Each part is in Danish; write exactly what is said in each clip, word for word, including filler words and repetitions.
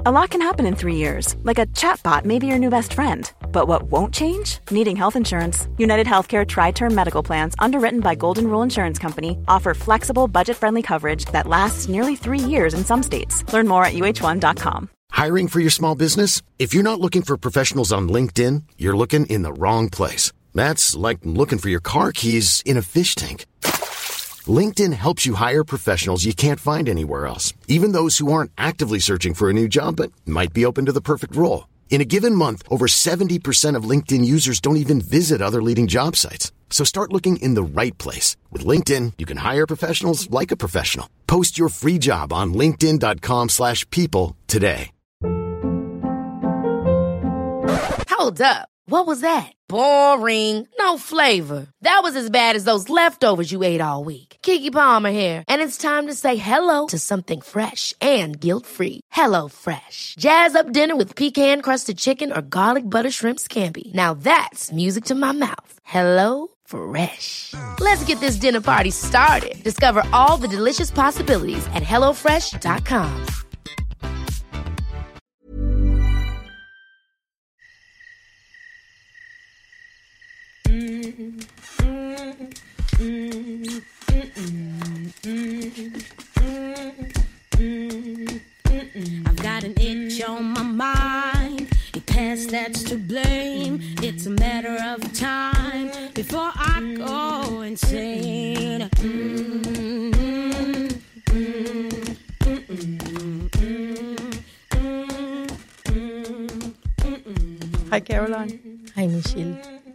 A lot can happen in three years, like a chatbot may be your new best friend. But what won't change? Needing health insurance. United Healthcare Tri-Term Medical Plans, underwritten by Golden Rule Insurance Company, offer flexible, budget-friendly coverage that lasts nearly three years in some states. Learn more at U H one dot com. Hiring for your small business? If you're not looking for professionals on LinkedIn, you're looking in the wrong place. That's like looking for your car keys in a fish tank. LinkedIn helps you hire professionals you can't find anywhere else, even those who aren't actively searching for a new job but might be open to the perfect role. In a given month, over seventy percent of LinkedIn users don't even visit other leading job sites. So start looking in the right place. With LinkedIn, you can hire professionals like a professional. Post your free job on linkedin dot com slash people today. Hold up. What was that? Boring. No flavor. That was as bad as those leftovers you ate all week. Keke Palmer here, and it's time to say hello to something fresh and guilt-free. Hello Fresh. Jazz up dinner with pecan-crusted chicken or garlic butter shrimp scampi. Now that's music to my mouth. Hello Fresh. Let's get this dinner party started. Discover all the delicious possibilities at hello fresh dot com. I've got an itch on my mind, a past that's to blame. It's a matter of time before I go insane. Hej Caroline. Hej Michelle.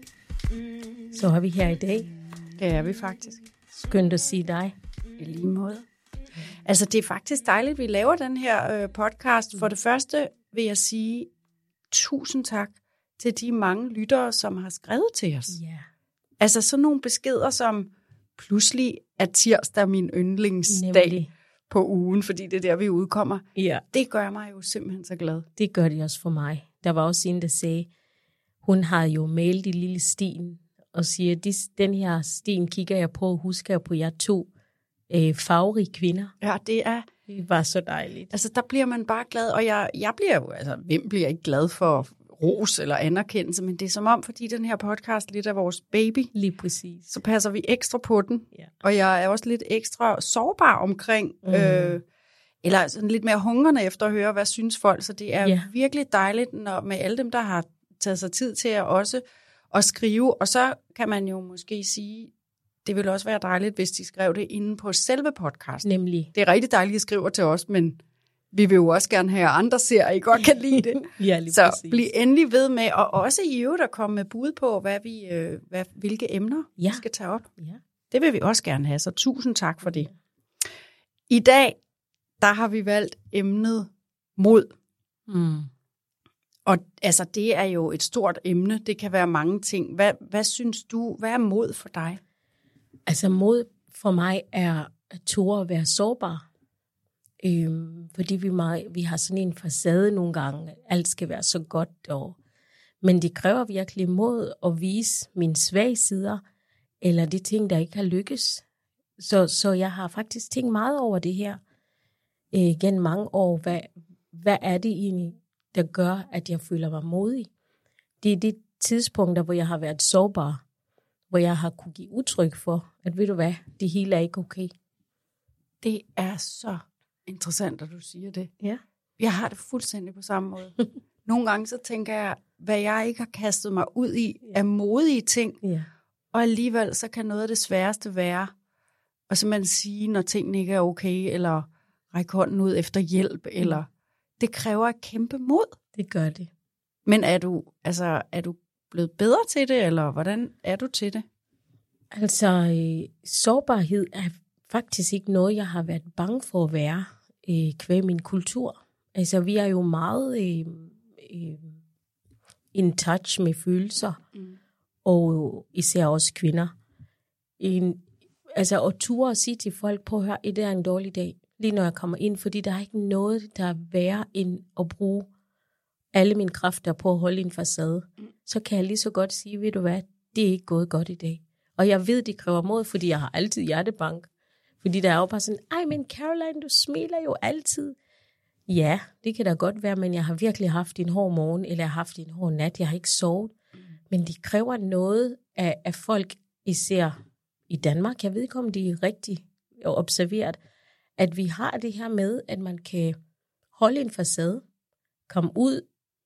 Så er vi her i dag. Det er vi faktisk. Skønt at sige dig. I lige måde. Altså, det er faktisk dejligt, at vi laver den her øh, podcast. For det første vil jeg sige tusind tak til de mange lyttere, som har skrevet til os. Ja. Altså, sådan nogle beskeder, som pludselig er tirsdag min yndlingsdag Nemlig. På ugen, fordi det er der, vi udkommer. Ja. Det gør mig jo simpelthen så glad. Det gør det også for mig. Der var også en, der sagde, hun har jo mailet i lille Stien, og siger, at den her Stien kigger jeg på og husker jeg på jer to øh, farverige kvinder. Ja, det er... Det var så dejligt. Altså, der bliver man bare glad, og jeg, jeg bliver jo, altså, hvem bliver ikke glad for ros eller anerkendelse, men det er som om, fordi den her podcast lidt er vores baby. Lige præcis. Så passer vi ekstra på den, ja. Og jeg er også lidt ekstra sårbar omkring, mm. øh, eller sådan lidt mere hungrende efter at høre, hvad synes folk, så det er ja. virkelig dejligt, når med alle dem, der har taget sig tid til at også at skrive, og så kan man jo måske sige, det ville også være dejligt, hvis de skrev det inde på selve podcasten. Nemlig. Det er rigtig dejligt, at I skriver til os, men vi vil jo også gerne have, at andre ser, at I godt kan lide det. Ja, lige så præcis. bliv endelig ved med, og også i øvrigt at komme med bud på, hvad vi, øh, hvad, hvilke emner ja. vi skal tage op. Ja. Det vil vi også gerne have, så tusind tak for det. I dag, der har vi valgt emnet mod. Mm. Og altså, det er jo et stort emne. Det kan være mange ting. Hvad, hvad synes du, hvad er mod for dig? Altså mod for mig er at turde at være sårbar. Øhm, fordi vi, meget, vi har sådan en facade nogle gange. Alt skal være så godt. Og, men det kræver virkelig mod at vise mine svage sider, eller de ting, der ikke har lykkes. Så, så jeg har faktisk tænkt meget over det her øh, gennem mange år. Hvad, hvad er det egentlig, der gør, at jeg føler mig modig? Det er de tidspunkter, hvor jeg har været sårbar, hvor jeg har kunne give udtryk for, at ved du hvad, det hele er ikke okay. Det er så interessant, at du siger det. Ja. Jeg har det fuldstændig på samme måde. Nogle gange så tænker jeg, hvad jeg ikke har kastet mig ud i, er modige ting. Ja. Og alligevel så kan noget af det sværeste være, at simpelthen sige, når tingene ikke er okay, eller række hånden ud efter hjælp, mm. eller det kræver et kæmpe mod. Det gør det. Men er du, altså, er du blevet bedre til det, eller hvordan er du til det? Altså, øh, sårbarhed er faktisk ikke noget, jeg har været bange for at være øh, kvæg min kultur. Altså, vi er jo meget øh, øh, in touch med følelser, mm. og især også kvinder. En, altså, at ture og sige til folk, prøv at høre, det er en dårlig dag, lige når jeg kommer ind, fordi der er ikke noget, der er værre end at bruge alle mine kræfter på at holde en facade. Mm. Så kan jeg lige så godt sige, ved du hvad, det er ikke gået godt i dag. Og jeg ved, det kræver mod, fordi jeg har altid hjertebank. Fordi der er jo bare sådan, ej, men Caroline, du smiler jo altid. Ja, det kan da godt være, men jeg har virkelig haft en hård morgen, eller jeg har haft en hård nat. Jeg har ikke sovet. Mm. Men de kræver noget af, af folk, især i Danmark. Jeg ved ikke, om de er rigtig observeret, at vi har det her med, at man kan holde en facade, komme ud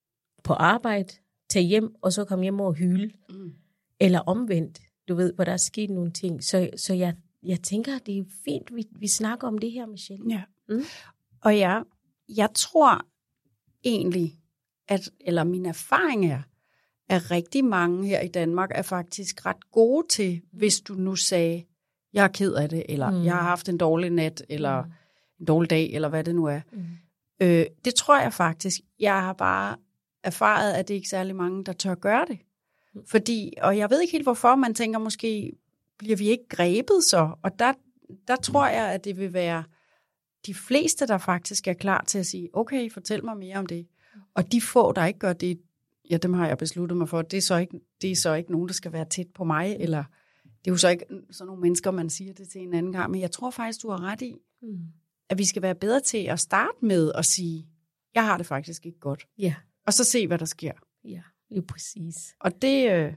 på arbejde, tage hjem, og så komme hjem og hyle. Mm. Eller omvendt. Du ved, hvor der er sket nogle ting. Så, så jeg, jeg tænker, det er fint, vi, vi snakker om det her, Michelle. Ja. Mm? Og jeg, jeg tror egentlig, at, eller min erfaring er, at rigtig mange her i Danmark er faktisk ret gode til, hvis du nu sagde, jeg er ked af det, eller mm. jeg har haft en dårlig nat, eller mm. en dårlig dag, eller hvad det nu er. Mm. Øh, det tror jeg faktisk. Jeg har bare erfaret, at det ikke er særlig mange, der tør gøre det. Mm. Fordi, og jeg ved ikke helt hvorfor, man tænker måske, bliver vi ikke grebet så? Og der, der tror jeg, at det vil være de fleste, der faktisk er klar til at sige, okay, fortæl mig mere om det. Og de få, der ikke gør det, ja, dem har jeg besluttet mig for, det er så ikke, det er så ikke nogen, der skal være tæt på mig, eller det er jo så ikke sådan nogle mennesker, man siger det til en anden gang, men jeg tror faktisk, du har ret i, mm. at vi skal være bedre til at starte med at sige, jeg har det faktisk ikke godt. Ja. Og så se, hvad der sker. Ja, lige præcis. Og det, øh,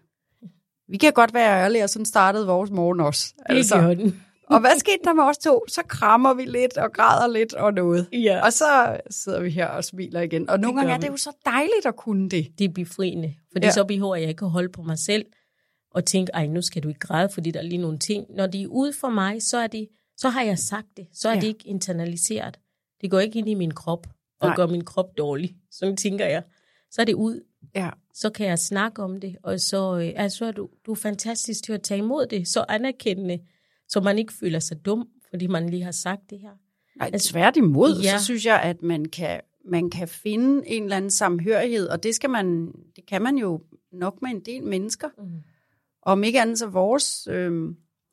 vi kan godt være ærlige, og sådan startede vores morgen også. Det altså. Gjorde den. Og hvad skete der med os to? Så krammer vi lidt og græder lidt og noget. Ja. Og så sidder vi her og smiler igen. Og nogle gange er det jo så dejligt at kunne det. Det er befriende, fordi ja. Så behøver jeg ikke at holde på mig selv og tænke, ej, nu skal du ikke græde, fordi der er lige nogle ting. Når de er ude for mig, så, er de, så har jeg sagt det. Så er ja. Det ikke internaliseret. Det går ikke ind i min krop og Nej. Gør min krop dårlig. Sådan tænker jeg. Så er det ud. Ja. Så kan jeg snakke om det, og så øh, altså, er du, du er fantastisk til at tage imod det. Så anerkendende, så man ikke føler sig dum, fordi man lige har sagt det her. Nej, altså, tværtimod, ja. Så synes jeg, at man kan, man kan finde en eller anden samhørighed, og det, skal man, det kan man jo nok med en del mennesker. Mm. Og om ikke andet, så vores, øh,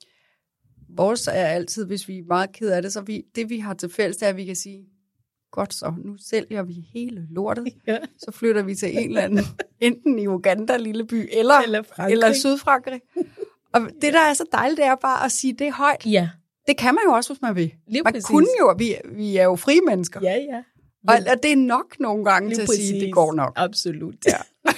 vores er altid, hvis vi er meget ked af det, så vi, det vi har til fælles, det er, at vi kan sige, godt så, nu sælger vi hele lortet, ja. Så flytter vi til en eller anden, enten i Uganda, lille by, eller, eller, eller Sydfrankrig. Og det, der er så dejligt, det er bare at sige det højt. Ja. Det kan man jo også, hvis man vil. Lige man præcis. Kunne jo, vi, vi er jo frie mennesker. Ja, ja. Og, og det er nok nogle gange Lige til præcis. At sige, det går nok. Absolut. Ja.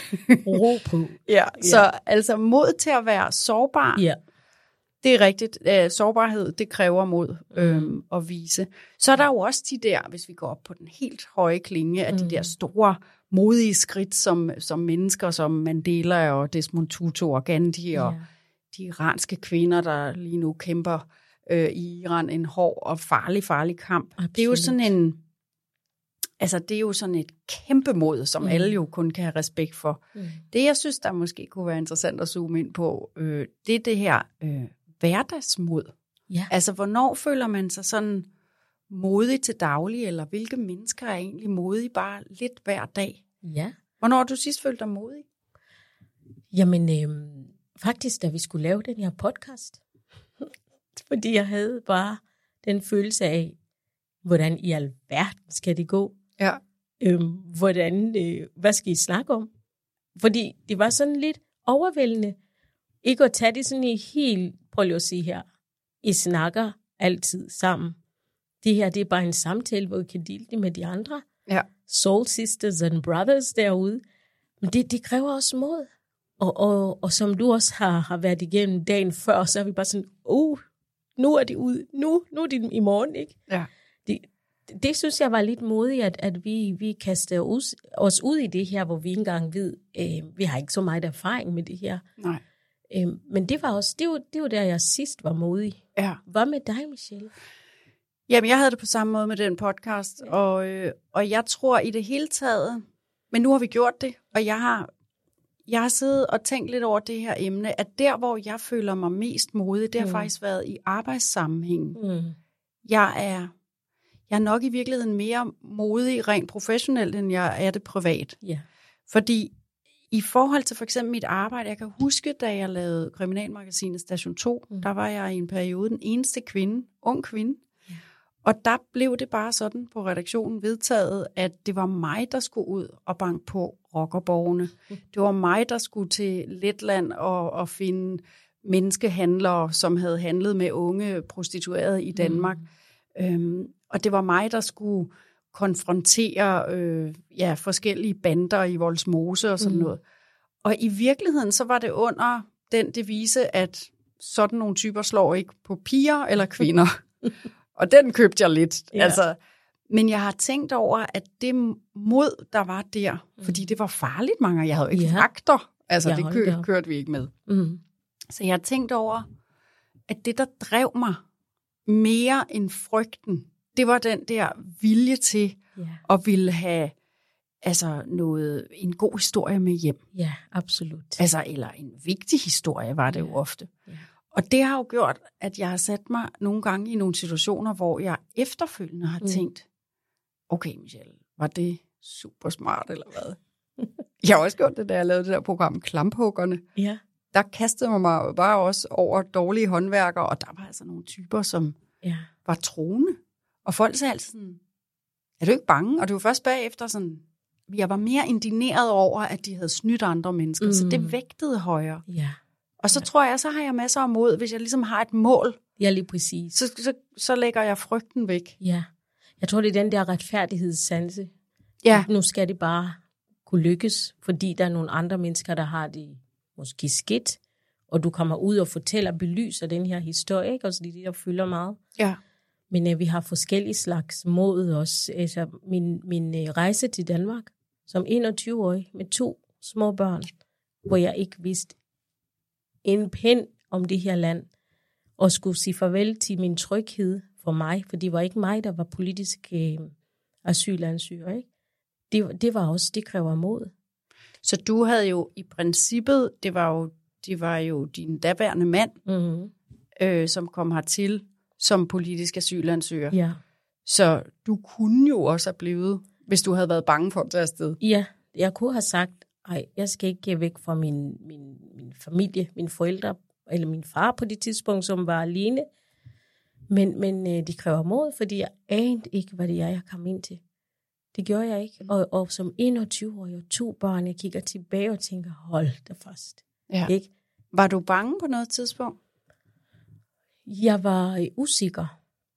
Ro på. Ja, ja, så altså mod til at være sårbar. Ja. Det er rigtigt. Æ, sårbarhed, det kræver mod øhm, mm. at vise. Så er der jo også de der, hvis vi går op på den helt høje klinge, af mm. de der store, modige skridt, som, som mennesker, som Mandela og Desmond Tutu og Gandhi og yeah. de iranske kvinder, der lige nu kæmper øh, i Iran en hård og farlig, farlig kamp. Absolut. Det er jo sådan en, altså det er jo sådan et kæmpe mod, som mm. alle jo kun kan have respekt for. Mm. Det, jeg synes, der måske kunne være interessant at zoome ind på, øh, det er det her øh, hverdagsmod. Ja. Altså, hvornår føler man sig sådan modig til daglig, eller hvilke mennesker er egentlig modige bare lidt hver dag? Ja. Hvornår har du sidst følt dig modig? Jamen, øh, faktisk, da vi skulle lave den her podcast. Fordi jeg havde bare den følelse af, hvordan i alverden skal det gå? Ja. Øh, hvordan, øh, hvad skal I snakke om? Fordi det var sådan lidt overvældende. Ikke at tage det sådan i helt, prøv lige at sige her, I snakker altid sammen. Det her, det er bare en samtale, hvor I kan dele det med de andre. Ja. Soul sisters and brothers derude. Men det, det kræver også mod. Og, og, og som du også har, har været igennem dagen før, så er vi bare sådan, oh, nu er det ud. Nu, nu er det i morgen, ikke? Ja. Det, det synes jeg var lidt modigt, at, at vi, vi kaster os, os ud i det her, hvor vi ikke engang ved, øh, vi har ikke så meget erfaring med det her. Nej. Øh, men det var også, det var, det var der, jeg sidst var modig. Ja. Hvad med dig, Michelle? Jamen, jeg havde det på samme måde med den podcast, ja. og, øh, og jeg tror i det hele taget, men nu har vi gjort det, og jeg har, jeg har siddet og tænkt lidt over det her emne, at der, hvor jeg føler mig mest modig, det har mm. faktisk været i arbejdssammenhæng. Mm. Jeg er, jeg er nok i virkeligheden mere modig rent professionelt, end jeg er det privat. Ja. Fordi i forhold til for eksempel mit arbejde, jeg kan huske, da jeg lavede Kriminalmagasinet Station to, mm. der var jeg i en periode den eneste kvinde, ung kvinde. Ja. Og der blev det bare sådan på redaktionen vedtaget, at det var mig, der skulle ud og banke på rockerborgene. Mm. Det var mig, der skulle til Letland og, og finde menneskehandlere, som havde handlet med unge prostituerede i Danmark. Mm. Øhm, og det var mig, der skulle konfrontere øh, ja, forskellige bander i Vollsmose og sådan mm. noget. Og i virkeligheden, så var det under den devise, at sådan nogle typer slår ikke på piger eller kvinder. Og den købte jeg lidt. Ja. Altså, men jeg har tænkt over, at det mod, der var der, mm. fordi det var farligt mange, jeg havde jo ikke ja. vagter. Altså, ja, det kø- kørte vi ikke med. Mm. Så jeg har tænkt over, at det, der drev mig mere end frygten, det var den der vilje til yeah. at ville have altså noget, en god historie med hjem. Ja, absolut. Altså, eller en vigtig historie var det yeah. jo ofte. Yeah. Og det har jo gjort, at jeg har sat mig nogle gange i nogle situationer, hvor jeg efterfølgende har mm. tænkt, okay Michelle, var det super smart eller hvad? Jeg har også gjort det, da jeg lavede det der program Klamphuggerne. Ja. Yeah. Der kastede man mig bare også over dårlige håndværkere, og der var altså nogle typer, som yeah. var troende. Og folk sagde altid sådan, er du ikke bange? Og det var først bagefter sådan, jeg var mere indigneret over, at de havde snydt andre mennesker, mm. så det vægtede højere. Ja. Og så ja. tror jeg, så har jeg masser af mod, hvis jeg ligesom har et mål. Ja, lige præcis. Så, så, så lægger jeg frygten væk. Ja, jeg tror, det er den der retfærdighedssanse. Ja. Nu skal det bare kunne lykkes, fordi der er nogle andre mennesker, der har det måske skidt, og du kommer ud og fortæller og belyser den her historie, ikke? Og så det, der fylder meget. Ja. Men uh, vi har forskellige slags mod også. Altså, min, min uh, rejse til Danmark som enogtyve-årig med to små børn, hvor jeg ikke vidste en pind om det her land, og skulle sige farvel til min tryghed for mig, for det var ikke mig, der var politisk uh, asylansøger. Ikke? Det, det var også, det kræver mod. Så du havde jo i princippet, det var jo, det var jo din daværende mand, mm-hmm. øh, som kom hertil som politisk asylansøger. Ja. Så du kunne jo også have blevet, hvis du havde været bange for at tage afsted. Ja, jeg kunne have sagt, ej, jeg skal ikke væk fra min, min, min familie, mine forældre, eller min far på det tidspunkt, som var alene. Men, men øh, de kræver mod, fordi jeg anede ikke, hvad det er, jeg kom ind til. Det gjorde jeg ikke. Og, og som enogtyve-årig og to børn, jeg kigger tilbage og tænker, hold da fast. Ja. Ikke? Var du bange på noget tidspunkt? Jeg var øh, usikker.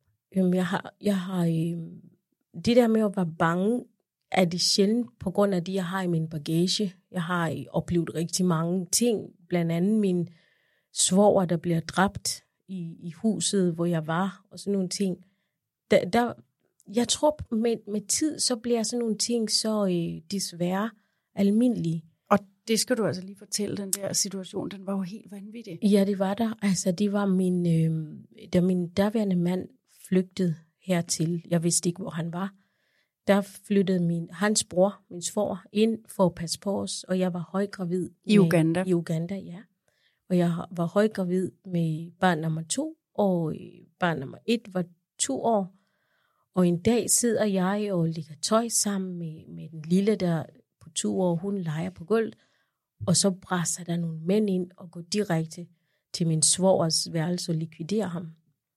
Jeg har, jeg har øh, det der med at være bange, er det sjældent på grund af det, jeg har i min bagage. Jeg har øh, oplevet rigtig mange ting. Blandt andet min svoger, der bliver dræbt i, i huset, hvor jeg var, og sådan nogle ting. Der, der, jeg tror, med, med tid, så bliver sådan nogle ting så øh, desværre almindelige. Og det skal du altså lige fortælle, den der situation, den var jo helt vanvittig. Ja, det var der. Altså, det var min, øh, da min daværende mand flygtede hertil, jeg vidste ikke, hvor han var, der flyttede min, hans bror, min svoger, ind for at passe på os, og jeg var højgravid. I med, Uganda? I Uganda, ja. Og jeg var højgravid med barn nummer to, og barn nummer et var to år. Og en dag sidder jeg og lægger tøj sammen med, med den lille, der på to år, hun leger på gulvet, og så brænder der nogle mænd ind og går direkte til min svogers værelse og likviderer ham.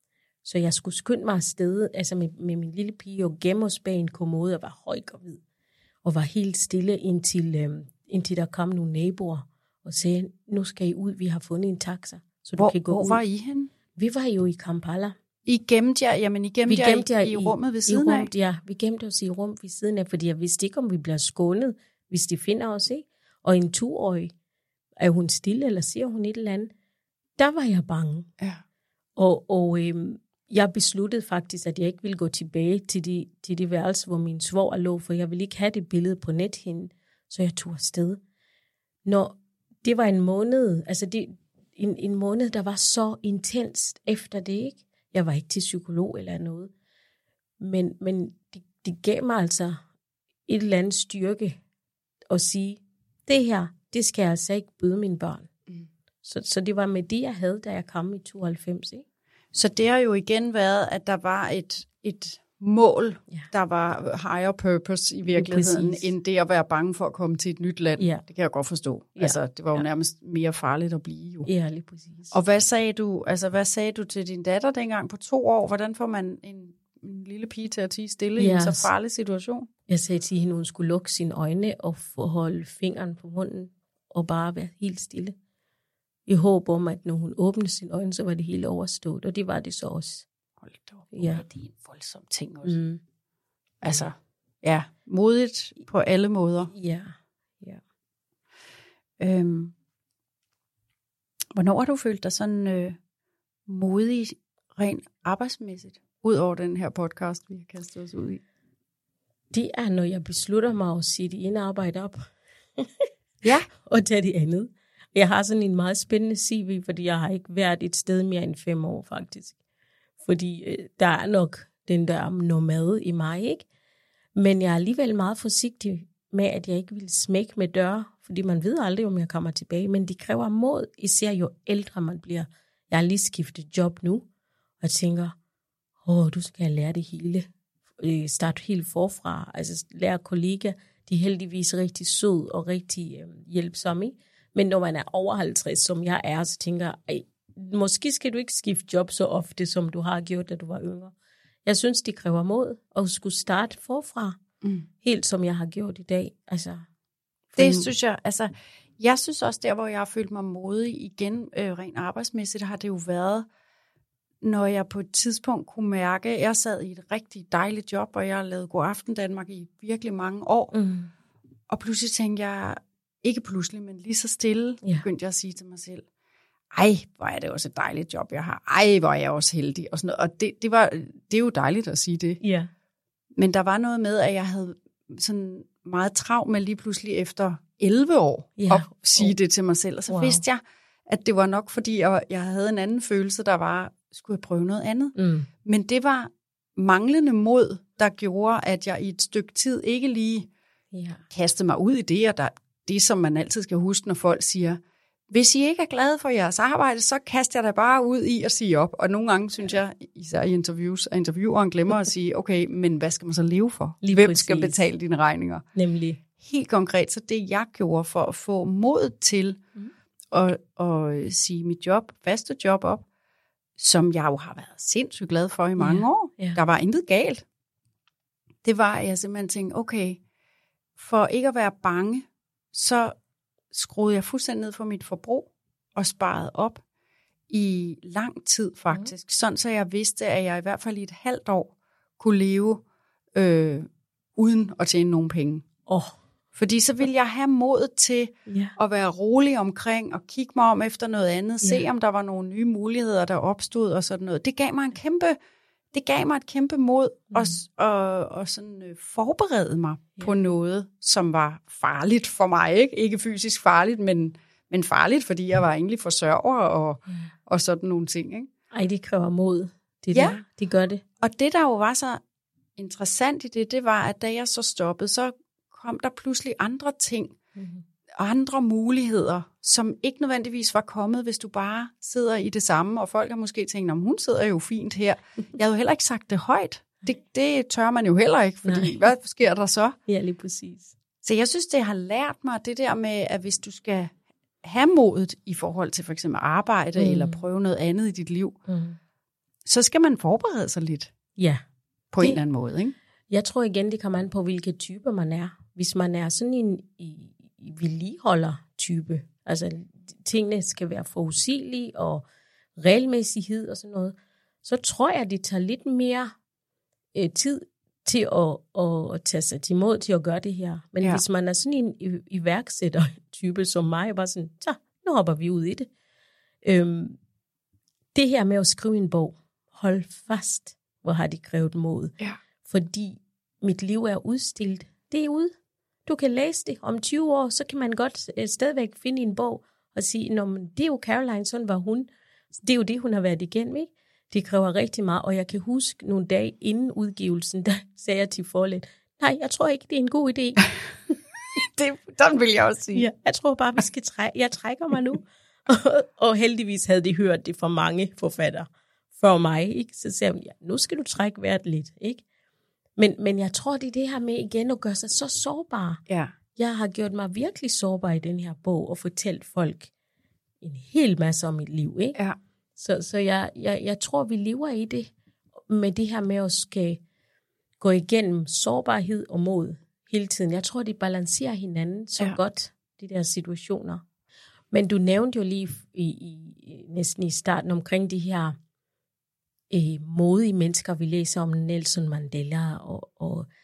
Så jeg skulle skynde mig afsted, altså med, med min lille pige, og gemme os bag en kommode og var højgravid. Og var helt stille, indtil, øh, indtil der kom nogle naboer og sagde, nu skal I ud, vi har fundet en taxa, så du hvor, kan gå hvor ud. Hvor var I henne? Vi var jo i Kampala. I gemte jer, jamen I gemte, vi gemte jer i, i rummet ved siden i rum, af? Ja, vi gemte os i rum ved siden af, fordi jeg vidste ikke, om vi bliver skånet, hvis de finder os, ikke? Og en toårig, er hun stille, eller siger hun et eller andet? Der var jeg bange. Ja. Og, og øhm, jeg besluttede faktisk, at jeg ikke ville gå tilbage til de, til de værelser, hvor min svoger lå, for jeg ville ikke have det billede på nethinden, så jeg tog afsted. Når det var en måned, altså det, en, en måned, der var så intenst efter det, ikke? Jeg var ikke til psykolog eller noget, men, men det, det gav mig altså et eller andet styrke at sige, det her, det skal jeg altså ikke byde mine børn. Mm. Så, så det var med det, jeg havde, da jeg kom i tooghalvfems, ikke? Så det har jo igen været, at der var et, et mål, ja. Der var higher purpose i virkeligheden, end det at være bange for at komme til et nyt land. Ja. Det kan jeg godt forstå. Ja. Altså, det var jo ja. nærmest mere farligt at blive. Jo. Ja, lige præcis. Og hvad sagde du, altså, hvad sagde du til din datter dengang på to år? Hvordan får man en, en lille pige til at tie stille ja. i en så farlig situation? Jeg sagde til hende, hun skulle lukke sine øjne og holde fingeren på munden og bare være helt stille. I håb om, at når hun åbnede sine øjne, så var det hele overstået, og det var det så også. Hold da op, ja. det er en voldsom ting også. Mm. Altså. Ja, modigt på alle måder. Ja, ja. Øhm, hvornår har du følt dig sådan øh, modig, rent arbejdsmæssigt, ud over den her podcast, vi har kastet os ud i? Det er, når jeg beslutter mig at sige det ene arbejde op. Ja. Og tage det andet. Jeg har sådan en meget spændende C V, fordi jeg har ikke været et sted mere end fem år, faktisk. Fordi øh, der er nok den der nomade i mig, ikke? Men jeg er alligevel meget forsigtig med, at jeg ikke vil smække med døre, fordi man ved aldrig, om jeg kommer tilbage. Men det kræver mod, især jo ældre man bliver. Jeg har lige skiftet job nu, og tænker, åh, du skal lære det hele. Starte helt forfra. Altså lære kollegaer, de er heldigvis rigtig sød og rigtig øh, hjælpsomme, ikke? Men når man er over halvtreds, som jeg er, så tænker jeg, måske skal du ikke skifte job så ofte, som du har gjort, da du var yngre. Jeg synes, det kræver mod at skulle starte forfra, mm. helt som jeg har gjort i dag. Altså, det synes jeg, altså, jeg synes også, der hvor jeg har følt mig modig igen, øh, rent arbejdsmæssigt, har det jo været, når jeg på et tidspunkt kunne mærke, at jeg sad i et rigtig dejligt job, og jeg har lavet God Aften Danmark i virkelig mange år. Mm. Og pludselig tænkte jeg, ikke pludselig, men lige så stille, ja. begyndte jeg at sige til mig selv, ej, hvor er det også et dejligt job, jeg har. Ej, hvor er jeg også heldig. Og, sådan noget. Og det, det, var, det er jo dejligt at sige det. Ja. Men der var noget med, at jeg havde sådan meget travlt med lige pludselig efter elleve år ja. at sige oh. det til mig selv. Og så wow. vidste jeg, at det var nok, fordi jeg, jeg havde en anden følelse, der var, skulle jeg prøve noget andet? Mm. Men det var manglende mod, der gjorde, at jeg i et stykke tid ikke lige ja. kastede mig ud i det, og der, det, som man altid skal huske, når folk siger, hvis I ikke er glade for jeres arbejde, så kaster jeg da bare ud i at sige op. Og nogle gange synes jeg, især i interviews, at intervieweren glemmer at sige, okay, men hvad skal man så leve for? Lige Hvem præcis. skal betale dine regninger? Nemlig. Helt konkret, så det jeg gjorde for at få mod til mm. at, at sige mit job, faste job op, som jeg jo har været sindssygt glad for i mange yeah. år. Yeah. Der var intet galt. Det var, at jeg simpelthen tænkte, okay, for ikke at være bange, så skruede jeg fuldstændig ned for mit forbrug og sparede op i lang tid faktisk. Mm. Sådan så jeg vidste, at jeg i hvert fald i et halvt år kunne leve øh, uden at tjene nogen penge. Oh. Fordi så ville jeg have mod til yeah. at være rolig omkring og kigge mig om efter noget andet. Yeah. Se om der var nogle nye muligheder, der opstod og sådan noget. Det gav mig en kæmpe, det gav mig et kæmpe mod mm. og, og, og sådan øh, forberede mig yeah. på noget, som var farligt for mig. Ikke, ikke fysisk farligt, men, men farligt, fordi jeg var egentlig forsørger og, yeah. og sådan nogle ting. Ikke? Ej, det kræver mod. Det ja. der, det gør det. Og det, der jo var så interessant i det, det var, at da jeg så stoppede, så kom der pludselig andre ting, mm-hmm. andre muligheder, som ikke nødvendigvis var kommet, hvis du bare sidder i det samme, og folk har måske tænkt, om hun sidder jo fint her. Jeg havde jo heller ikke sagt det højt. Det, det tør man jo heller ikke, fordi Nej. hvad sker der så? Ja, lige præcis. Så jeg synes, det har lært mig det der med, at hvis du skal have modet i forhold til for eksempel arbejde, mm. eller prøve noget andet i dit liv, mm. så skal man forberede sig lidt. Ja. På det, en eller anden måde, ikke? Jeg tror igen, det kommer an på, hvilke typer man er. Hvis man er sådan en i, i vedligeholder-type, altså tingene skal være forudsigelige og regelmæssighed og sådan noget, så tror jeg, det tager lidt mere øh, tid til at, at, at tage sig til mod til at gøre det her. Men ja. hvis man er sådan en iværksætter-type som mig, bare sådan, så nu hopper vi ud i det. Øhm, det her med at skrive en bog, hold fast, hvor har det krævet mod. Ja. Fordi mit liv er udstillet. Det er ude. Du kan læse det. Om tyve år, så kan man godt øh, stadigvæk finde en bog og sige, nå, men det er jo Caroline, sådan var hun. Det er jo det, hun har været igennem, ikke? Det kræver rigtig meget, og jeg kan huske nogle dage inden udgivelsen, der sagde jeg til forlaget, nej, jeg tror ikke, det er en god idé. det, den vil jeg også sige. Ja, jeg tror bare, vi skal trække. Jeg trækker mig nu. Og heldigvis havde de hørt det fra mange forfattere før mig, ikke? Så sagde hun, ja, nu skal du trække vejret lidt, ikke? Men, men jeg tror, det er det her med igen at gøre sig så sårbar. Ja. Jeg har gjort mig virkelig sårbar i den her bog og fortalt folk en hel masse om mit liv, ikke? Ja. Så, så jeg, jeg, jeg tror, vi lever i det med det her med at skal gå igennem sårbarhed og mod hele tiden. Jeg tror, de balancerer hinanden så ja. godt, de der situationer. Men du nævnte jo lige i, i, næsten i starten omkring de her øh, modige mennesker, vi læser om Nelson Mandela, og, og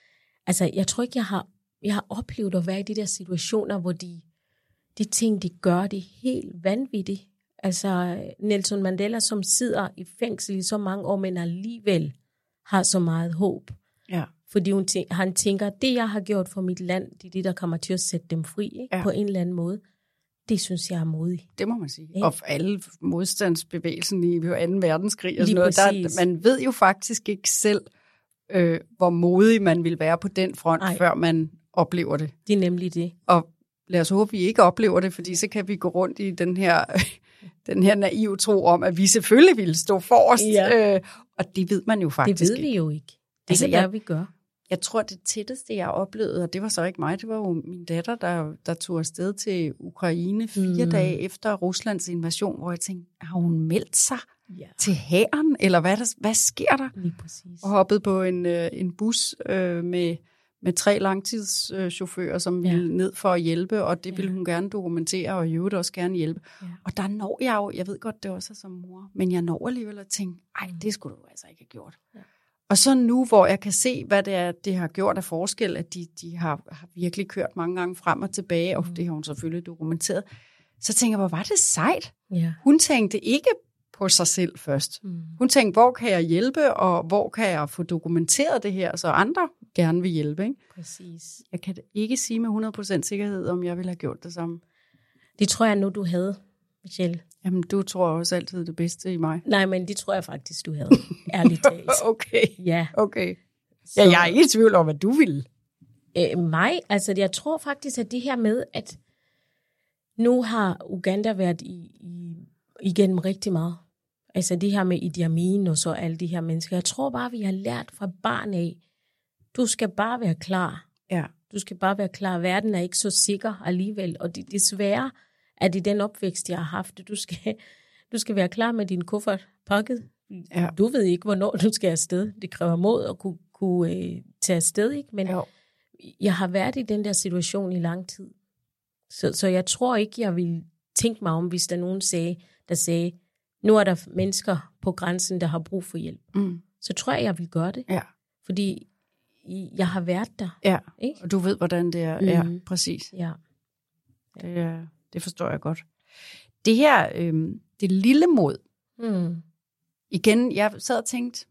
altså, jeg tror ikke, jeg har, jeg har oplevet at være i de der situationer, hvor de, de ting, de gør, det er helt vanvittigt. Altså, Nelson Mandela, som sidder i fængsel i så mange år, men alligevel har så meget håb. Ja. Fordi hun tænker, han tænker, det jeg har gjort for mit land, det er det, der kommer til at sætte dem fri, ikke? Ja. På en eller anden måde. Det synes jeg er modigt. Det må man sige. Ikke? Og for alle modstandsbevægelsen i anden verdenskrig og sådan noget, der, man ved jo faktisk ikke selv, øh, hvor modig man vil være på den front, Ej. før man oplever det. Det er nemlig det. Og lad os håbe, vi ikke oplever det, fordi så kan vi gå rundt i den her, den her naive tro om, at vi selvfølgelig vil stå forrest. Ja. Øh, og det ved man jo faktisk ikke. Det ved vi jo ikke. Det altså, er jeg, det, vi gør. Jeg tror, det tætteste, jeg oplevede, og det var så ikke mig, det var jo min datter, der, der tog afsted til Ukraine fire mm. dage efter Ruslands invasion, hvor jeg tænkte, har hun meldt sig ja. til hæren, eller hvad, der, hvad sker der? Lige præcis. Og hoppede på en, en bus øh, med, med tre langtidschauffører, som ja. ville ned for at hjælpe, og det ja. ville hun gerne dokumentere, og i øvrigt også gerne hjælpe. Ja. Og der når jeg jo, jeg ved godt, det også er som mor, men jeg når alligevel at tænke, ej, det skulle du altså ikke have gjort. Ja. Og så nu, hvor jeg kan se, hvad det er, det har gjort af forskel, at de, de har, har virkelig kørt mange gange frem og tilbage, og det har hun selvfølgelig dokumenteret, så tænker jeg, hvor var det sejt? Ja. Hun tænkte ikke på sig selv først. Mm. Hun tænkte, hvor kan jeg hjælpe, og hvor kan jeg få dokumenteret det her, så andre gerne vil hjælpe. Ikke? Præcis. Jeg kan ikke sige med hundrede procent sikkerhed, om jeg ville have gjort det samme. Det tror jeg nu, du havde, Michelle. Jamen, du tror også altid det bedste i mig. Nej, men det tror jeg faktisk, du havde. Ærligt talt. Okay. Ja. Okay. Så, ja, jeg er ikke i tvivl om, hvad du ville. Øh, mig? Altså, jeg tror faktisk, at det her med, at nu har Uganda været i, i, igennem rigtig meget. Altså, det her med Idi Amin og så alle de her mennesker. Jeg tror bare, vi har lært fra barn af, du skal bare være klar. Ja. Du skal bare være klar. Verden er ikke så sikker alligevel. Og det, desværre at i den opvækst, jeg har haft, du skal, du skal være klar med din kuffert pakket. Ja. Du ved ikke, hvornår du skal afsted. Det kræver mod at kunne, kunne øh, tage afsted, ikke? Men jo. Jeg har været i den der situation i lang tid. Så, så jeg tror ikke, jeg vil tænke mig om, hvis der nogen sagde, der sagde, nu er der mennesker på grænsen, der har brug for hjælp. Mm. Så tror jeg, jeg vil gøre det. Ja. Fordi jeg har været der. Ja, ikke? Og du ved, hvordan det er. Mm. Ja, præcis. Ja. Det er... Det forstår jeg godt. Det her, øh, det lille mod. Mm. Igen, jeg sad og tænkte,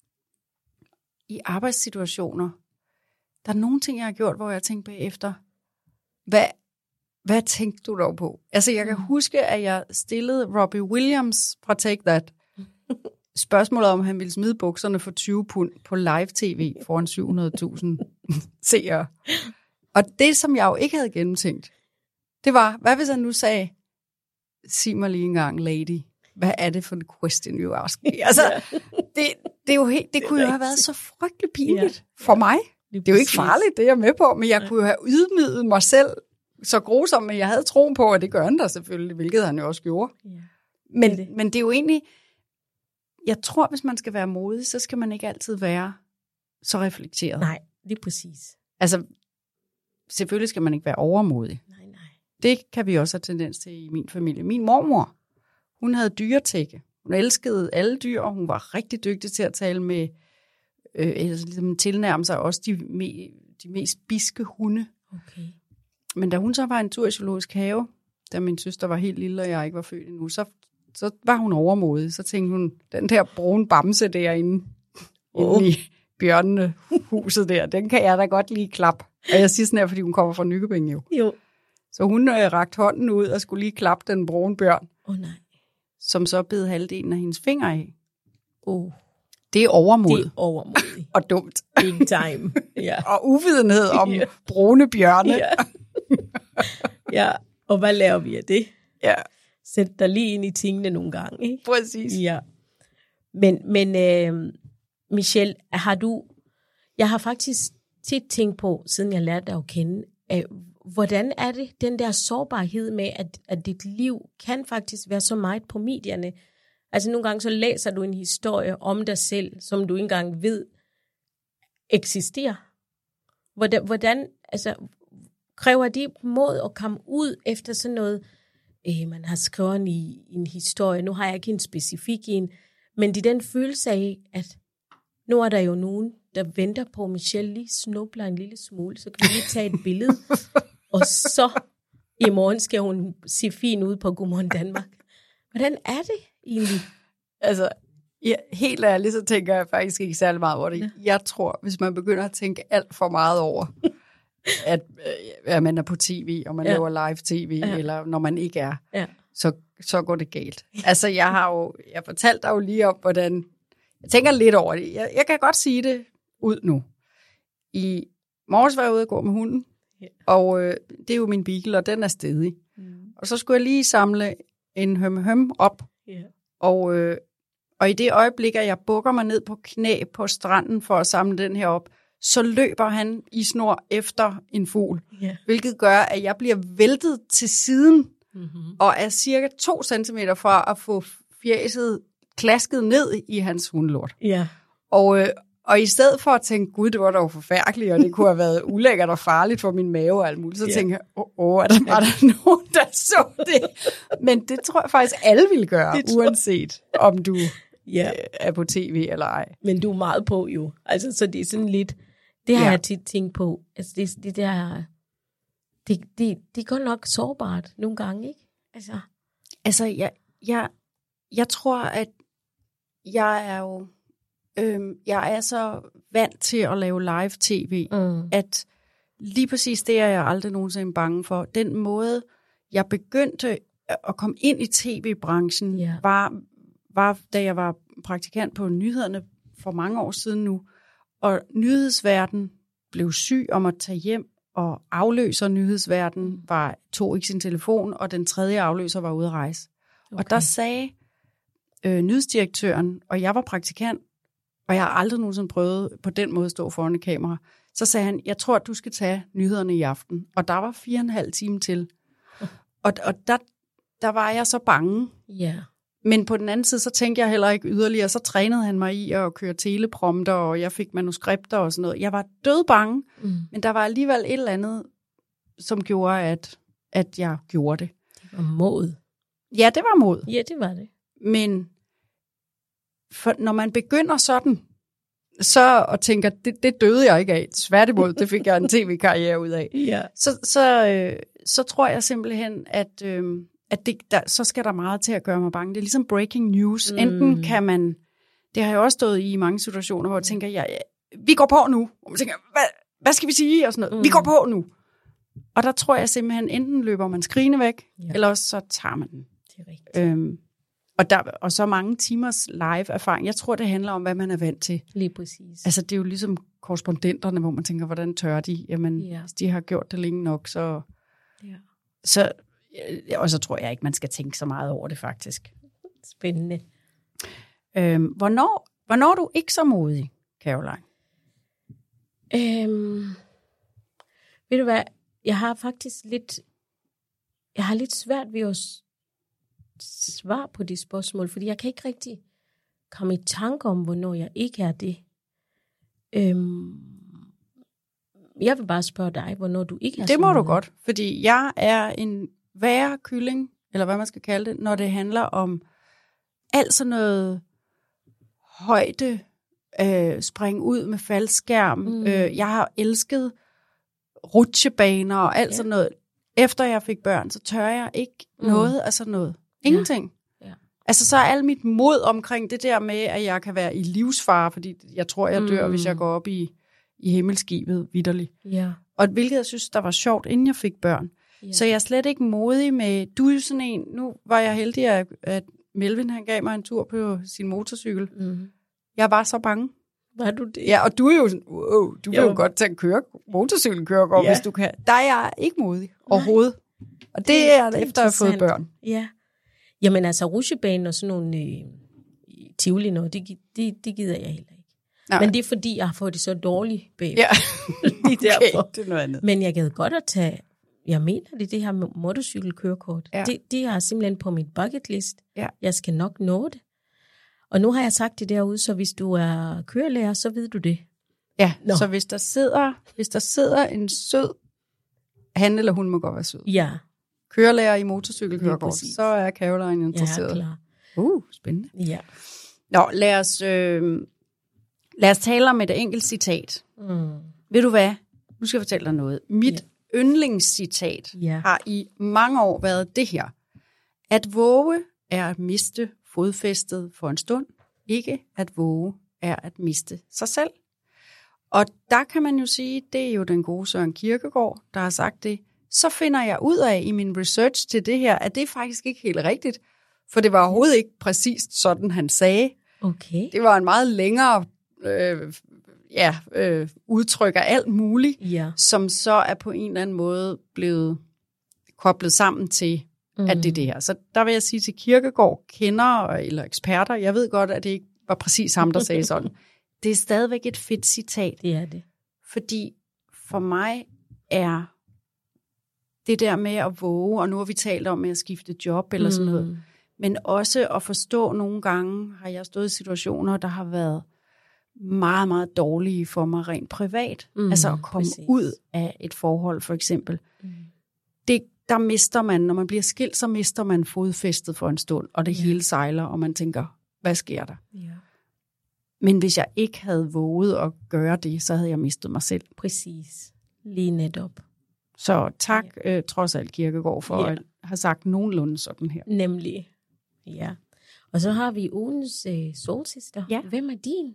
i arbejdssituationer, der er nogle ting, jeg har gjort, hvor jeg tænkte bagefter, hvad, hvad tænkte du dog på? Altså, jeg kan mm. huske, at jeg stillede Robbie Williams fra Take That spørgsmålet om, han ville smide bukserne for tyve pund på live-tv foran syv hundrede tusind seere. Og det, som jeg jo ikke havde gennemtænkt, det var, hvad hvis han nu sagde, sig mig lige en gang, lady, hvad er det for en question you ask me? Altså, det, det, er jo helt, det kunne jo have været så frygtelig pinligt ja. for mig. Det er jo ikke farligt, det jeg er med på, men jeg kunne jo have ydmyget mig selv så grusomt, men jeg havde troen på, at det gør han der selvfølgelig, hvilket han jo også gjorde. Ja. Men, det. men det er jo egentlig, jeg tror, hvis man skal være modig, så skal man ikke altid være så reflekteret. Nej, det er præcis. Altså, selvfølgelig skal man ikke være overmodig. Nej, nej. Det kan vi også have tendens til i min familie. Min mormor, hun havde dyretække. Hun elskede alle dyr, og hun var rigtig dygtig til at tale med, øh, altså ligesom tilnærme sig også de, me, de mest biske hunde. Okay. Men da hun så var en tur i zoologisk have, da min søster var helt lille, og jeg ikke var født endnu, så, så var hun overmodig. Så tænkte hun, den der brune bamse derinde, oh. inde i bjørnehuset der, den kan jeg da godt lige klappe. Og jeg siger sådan her, fordi hun kommer fra Nykøbing jo. Jo. Så hun øh, rakte hånden ud og skulle lige klappe den brune bjørn. Åh oh, nej. Som så bed halvdelen af hendes fingre af. Oh. Det er overmod. Det er overmod. Og dumt. Big time. Ja. Og uvidenhed om yeah. brune bjørne. Ja. Ja, og hvad laver vi af det? Ja. Sæt dig lige ind i tingene nogle gange, ikke? Præcis. Ja. Men, men øh, Michelle, har du... Jeg har faktisk tit tænkt på, siden jeg lærte dig at kende, øh, hvordan er det, den der sårbarhed med, at, at dit liv kan faktisk være så meget på medierne? Altså nogle gange så læser du en historie om dig selv, som du ikke engang ved eksisterer. Hvordan, hvordan altså, kræver det mod at komme ud efter sådan noget, øh, man har skrevet i en historie, nu har jeg ikke en specifik en, men det er den følelse af, at nu er der jo nogen, der venter på, Michelle lige snubler en lille smule, så kan vi lige tage et billede. Og så i morgen skal hun se fin ud på Godmorgen Danmark. Hvordan er det egentlig? Altså, ja, helt ærligt, så tænker jeg faktisk ikke særlig meget over det. Ja. Jeg tror, hvis man begynder at tænke alt for meget over, at, at man er på tv, og man ja. laver live-tv, ja. eller når man ikke er, ja. så, så går det galt. Altså, jeg har jo, jeg fortalte dig jo lige om, hvordan, jeg tænker lidt over det. Jeg, jeg kan godt sige det ud nu. I morges var jeg ude og gå med hunden, ja. og øh, det er jo min beagle, og den er stedig. Mm. Og så skulle jeg lige samle en høm-høm op, ja. og, øh, og i det øjeblik, at jeg bukker mig ned på knæ på stranden for at samle den her op, så løber han i snor efter en fugl, yeah. hvilket gør, at jeg bliver væltet til siden, mm-hmm. og er cirka to centimeter fra at få fjæset klasket ned i hans hundelort. Yeah. Og, øh, og i stedet for at tænke, gud, det var da jo forfærdeligt, og det kunne have været ulækkert og farligt for min mave og alt muligt, så yeah. tænker jeg, åh, oh, er der bare der nogen, der så det? Men det tror jeg faktisk, alle vil gøre, uanset om du yeah. øh, er på tv eller ej. Men du er meget på jo, altså så det er sådan lidt... Det har ja. jeg tit tænkt på. Altså, det, det der... Det, det, det går nok sårbart nogle gange, ikke? Altså, altså jeg, jeg, jeg tror, at jeg er jo... Øhm, jeg er så vant til at lave live-tv, mm. at lige præcis det er jeg aldrig nogensinde bange for. Den måde, jeg begyndte at komme ind i tv-branchen, yeah. var, var, da jeg var praktikant på nyhederne for mange år siden nu, og nyhedsverden blev syg om at tage hjem, og afløser nyhedsverden var, tog ikke sin telefon, og den tredje afløser var ude at rejse. Okay. Og der sagde øh, nyhedsdirektøren, og jeg var praktikant, og jeg har aldrig nogensinde prøvet på den måde at stå foran et kamera, så sagde han, jeg tror, at du skal tage nyhederne i aften. Og der var fire og en halv time til. Og, og der, der var jeg så bange. Yeah. Men på den anden side, så tænkte jeg heller ikke yderligere. Så trænede han mig i at køre teleprompter, og jeg fik manuskripter og sådan noget. Jeg var død bange, mm. men der var alligevel et eller andet, som gjorde, at, at jeg gjorde det. Det var mod. Ja, det var mod. Ja, det var det. Men for, når man begynder sådan, så og tænker, det, det døde jeg ikke af. Tværtimod, det fik jeg en tv-karriere ud af. Ja. Så, så, øh, så tror jeg simpelthen, at... Øh, at det, der, så skal der meget til at gøre mig bange. Det er ligesom breaking news. Mm. Enten kan man, det har jeg også stået i i mange situationer, hvor jeg tænker, ja, ja, vi går på nu. Og man tænker, hvad, hvad skal vi sige? Og sådan noget. Mm. Vi går på nu. Og der tror jeg simpelthen, enten løber man skrigende væk, ja. eller også så tager man den. Det er rigtigt. Øhm, og, der, og så mange timers live-erfaring. Jeg tror, det handler om, hvad man er vant til. Lige præcis. Altså, det er jo ligesom korrespondenterne, hvor man tænker, hvordan tør de? Jamen, ja. hvis de har gjort det længe nok, så... Ja. så Og så tror jeg ikke, man skal tænke så meget over det, faktisk. Spændende. Øhm, hvornår, hvornår er du ikke så modig, Caroline? Øhm, ved du hvad? Jeg har faktisk lidt... Jeg har lidt svært ved at svare på de spørgsmål, fordi jeg kan ikke rigtig komme i tanke om, hvornår jeg ikke er det. Øhm, jeg vil bare spørge dig, hvornår du ikke er det må modig. Du godt, fordi jeg er en... værre kylling, eller hvad man skal kalde det, når det handler om alt sådan noget højde, øh, springe ud med faldskærm. Mm. Øh, jeg har elsket rutsjebaner og alt ja. sådan noget. Efter jeg fik børn, så tør jeg ikke mm. noget af sådan noget. Ingenting. Ja. Ja. Altså så er alt mit mod omkring det der med, at jeg kan være i livsfare, fordi jeg tror, jeg dør, mm. hvis jeg går op i, i himmelskibet vitterligt. Ja. Og hvilket jeg synes, der var sjovt, inden jeg fik børn. Yeah. Så jeg er slet ikke modig med, du er jo sådan en, nu var jeg heldig, at, at Melvin han gav mig en tur på sin motorcykel. Mm. Jeg var så bange. Var du det? Ja, og du er jo sådan, wow, du vil jo, jo godt tage en køre, motorcykelkørekort, yeah. hvis du kan. Der er jeg ikke modig overhovedet. Og det, det er det efter at have fået børn. Ja. Jamen altså, rutsjebanen og sådan nogle øh, tivoli noget, det, det, det gider jeg heller ikke. Nej. Men det er fordi, jeg har fået det så dårligt bag. Ja, okay, det er noget andet. Men jeg gad godt at tage... Jeg mener det, det her motorcykelkørekort. Ja. Det, det er simpelthen på mit bucket list. Ja. Jeg skal nok nå det. Og nu har jeg sagt det derude, så hvis du er kørelærer, så ved du det. Ja, Nå. Så hvis der sidder, hvis der sidder en sød, han eller hun må godt være sød. Ja. Kørelærer i motorcykelkørekort, så er Caroline interesseret. Ja, klar. Uh, spændende. Ja. Nå, lad os, øh, Lad os tale om et enkelt citat. Mm. Ved du hvad? Nu skal jeg fortælle dig noget. Mit ja. yndlingscitat ja. har i mange år været det her. At våge er at miste fodfæstet for en stund. Ikke at våge er at miste sig selv. Og der kan man jo sige, det er jo den gode Søren Kierkegaard, der har sagt det. Så finder jeg ud af i min research til det her, at det er faktisk ikke helt rigtigt. For det var overhovedet ikke præcist sådan, han sagde. Okay. Det var en meget længere øh, ja, øh, udtryk af alt muligt, ja. som så er på en eller anden måde blevet koblet sammen til, mm. at det er det her. Så der vil jeg sige til Kierkegaard, kendere eller eksperter, jeg ved godt, at det ikke var præcis ham, der sagde sådan. Det er stadigvæk et fedt citat. Det er det. Fordi for mig er det der med at våge, og nu har vi talt om med at skifte job eller sådan noget, mm. men også at forstå nogle gange, har jeg stået i situationer, der har været meget, meget dårlige for mig rent privat. Mm, altså at komme præcis. ud af et forhold, for eksempel. Mm. Det, der mister man, når man bliver skilt, så mister man fodfæstet for en stund, og det ja. hele sejler, og man tænker, hvad sker der? Ja. Men hvis jeg ikke havde våget at gøre det, så havde jeg mistet mig selv. Præcis. Lige netop. Så tak, ja. øh, trods alt Kierkegaard, for ja. at have sagt nogenlunde sådan her. Nemlig. Ja. Og så har vi ugens øh, solsister. Ja. Hvem er din?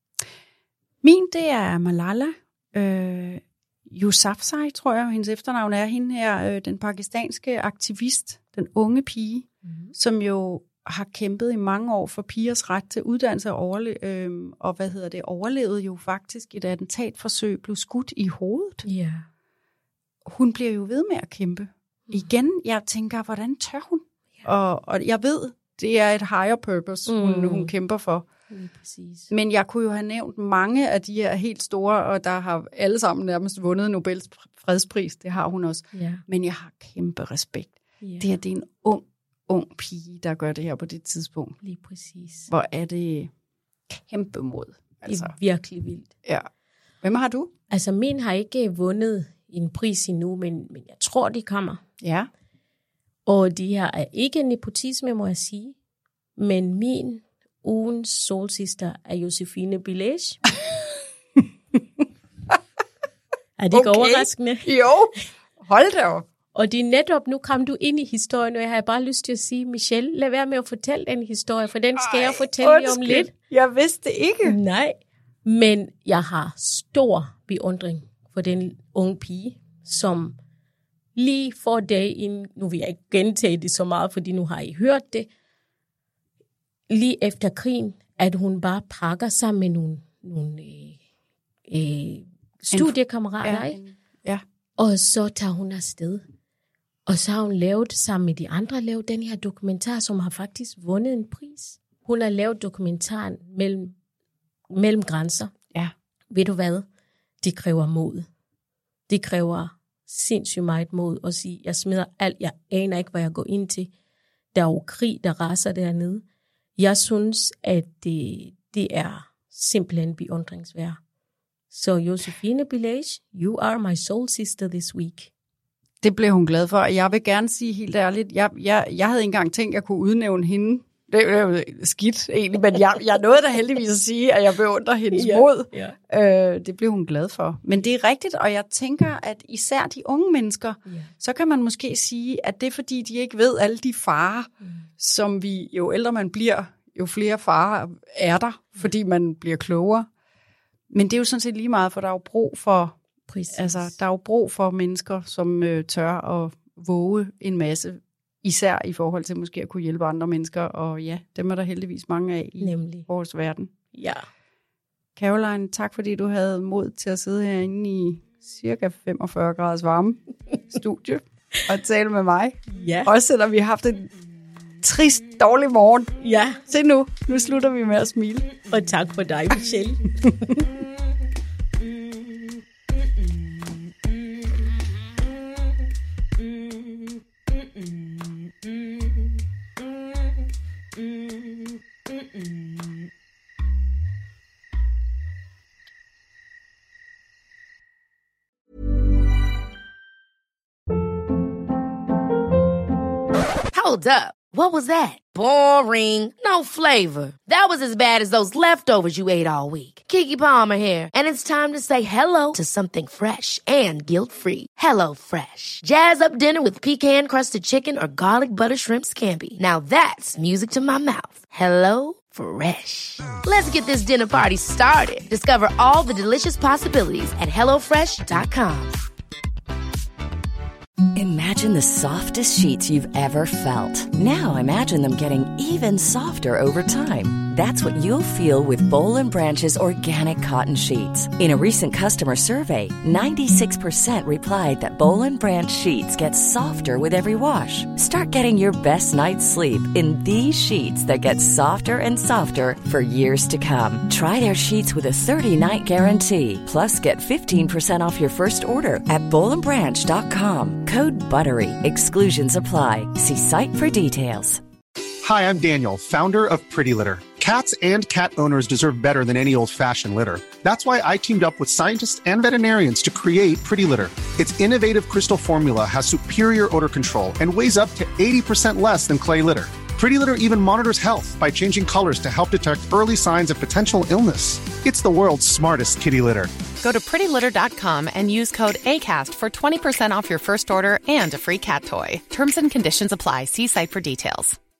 Min, det er Malala øh, Yousafzai, tror jeg, hendes efternavn er. Hende her, øh, den pakistanske aktivist, den unge pige, mm-hmm. som jo har kæmpet i mange år for pigers ret til uddannelse og overle- øh, og hvad hedder det, overlevede jo faktisk et attentatforsøg, blev skudt i hovedet. Ja. Yeah. Hun bliver jo ved med at kæmpe. Mm. Igen, jeg tænker, hvordan tør hun? Yeah. Og, og jeg ved, det er et higher purpose, mm. hun, hun kæmper for. Mm, præcis. Men jeg kunne jo have nævnt mange af de her helt store, og der har alle sammen nærmest vundet Nobels fredspris. Det har hun også. Yeah. Men jeg har kæmpe respekt. Yeah. Det her, det er en ung, ung pige, der gør det her på det tidspunkt. Lige præcis. Hvor er det kæmpe mod. Altså. Det er virkelig vildt. Ja. Hvem har du? Altså, min har ikke vundet en pris endnu, men, men jeg tror, de kommer. Ja. Og de her er ikke nepotisme, må jeg sige. Men min ugens solsister er Josephine Bilage. Er det ikke okay. overraskende? Jo, hold da op. Og det er netop, nu kom du ind i historien, og jeg har bare lyst til at sige, Michelle, lad være med at fortælle den historie, for den skal Ej, jeg fortælle jer om lidt. Jeg vidste det ikke. Nej, men jeg har stor beundring for den unge pige, som lige for dag inden, nu vil jeg ikke gentage det så meget, fordi nu har I hørt det, lige efter krigen, at hun bare pakker sig med nogle, nogle øh, øh, studiekammerater, ja, ikke? Ja. Og så tager hun afsted. Og så har hun lavet, sammen med de andre, lavet den her dokumentar, som har faktisk vundet en pris. Hun har lavet dokumentaren mellem, mellem grænser. Ja. Ved du hvad? Det kræver mod. Det kræver sindssygt meget mod at sige, jeg smider alt, jeg aner ikke, hvad jeg går ind til. Der er jo krig, der raser dernede. Jeg synes, at det, det er simpelthen beundringsværd. Så Josephine Bilage, you are my soul sister this week. Det blev hun glad for, og jeg vil gerne sige helt ærligt, jeg, jeg, jeg havde ikke engang tænkt, at jeg kunne udnævne hende. Det er jo skidt egentlig, men jeg, jeg nåede da heldigvis at sige, at jeg beundrer hendes ja, mod. Ja. Øh, det blev hun glad for. Men det er rigtigt, og jeg tænker, at især de unge mennesker, ja. så kan man måske sige, at det er fordi, de ikke ved alle de farer, mm. som vi, jo ældre man bliver, jo flere farer er der, fordi man bliver klogere. Men det er jo sådan set lige meget, for der er jo brug for, altså, der er jo brug for mennesker, som øh, tør at våge en masse, især i forhold til måske at kunne hjælpe andre mennesker, og ja, dem er der heldigvis mange af i Nemlig. vores verden. Ja. Caroline, tak fordi du havde mod til at sidde herinde i cirka femogfyrre graders varme studie og tale med mig. Ja. Også selvom vi har haft en trist, dårlig morgen. Ja. Se nu, nu slutter vi med at smile. Og tak for dig, Michelle. Hold up. What was that? Boring. No flavor. That was as bad as those leftovers you ate all week. Keke Palmer here, and it's time to say hello to something fresh and guilt-free. Hello Fresh. Jazz up dinner with pecan-crusted chicken or garlic butter shrimp scampi. Now that's music to my mouth. Hello Fresh. Let's get this dinner party started. Discover all the delicious possibilities at hello fresh dot com. Imagine the softest sheets you've ever felt. Now imagine them getting even softer over time. That's what you'll feel with Boll and Branch's organic cotton sheets. In a recent customer survey, ninety-six percent replied that Boll and Branch sheets get softer with every wash. Start getting your best night's sleep in these sheets that get softer and softer for years to come. Try their sheets with a thirty-night guarantee. Plus, get fifteen percent off your first order at boll and branch dot com. Code BUTTERY. Exclusions apply. See site for details. Hi, I'm Daniel, founder of Pretty Litter. Cats and cat owners deserve better than any old-fashioned litter. That's why I teamed up with scientists and veterinarians to create Pretty Litter. Its innovative crystal formula has superior odor control and weighs up to eighty percent less than clay litter. Pretty Litter even monitors health by changing colors to help detect early signs of potential illness. It's the world's smartest kitty litter. Go to pretty litter dot com and use code ACAST for twenty percent off your first order and a free cat toy. Terms and conditions apply. See site for details.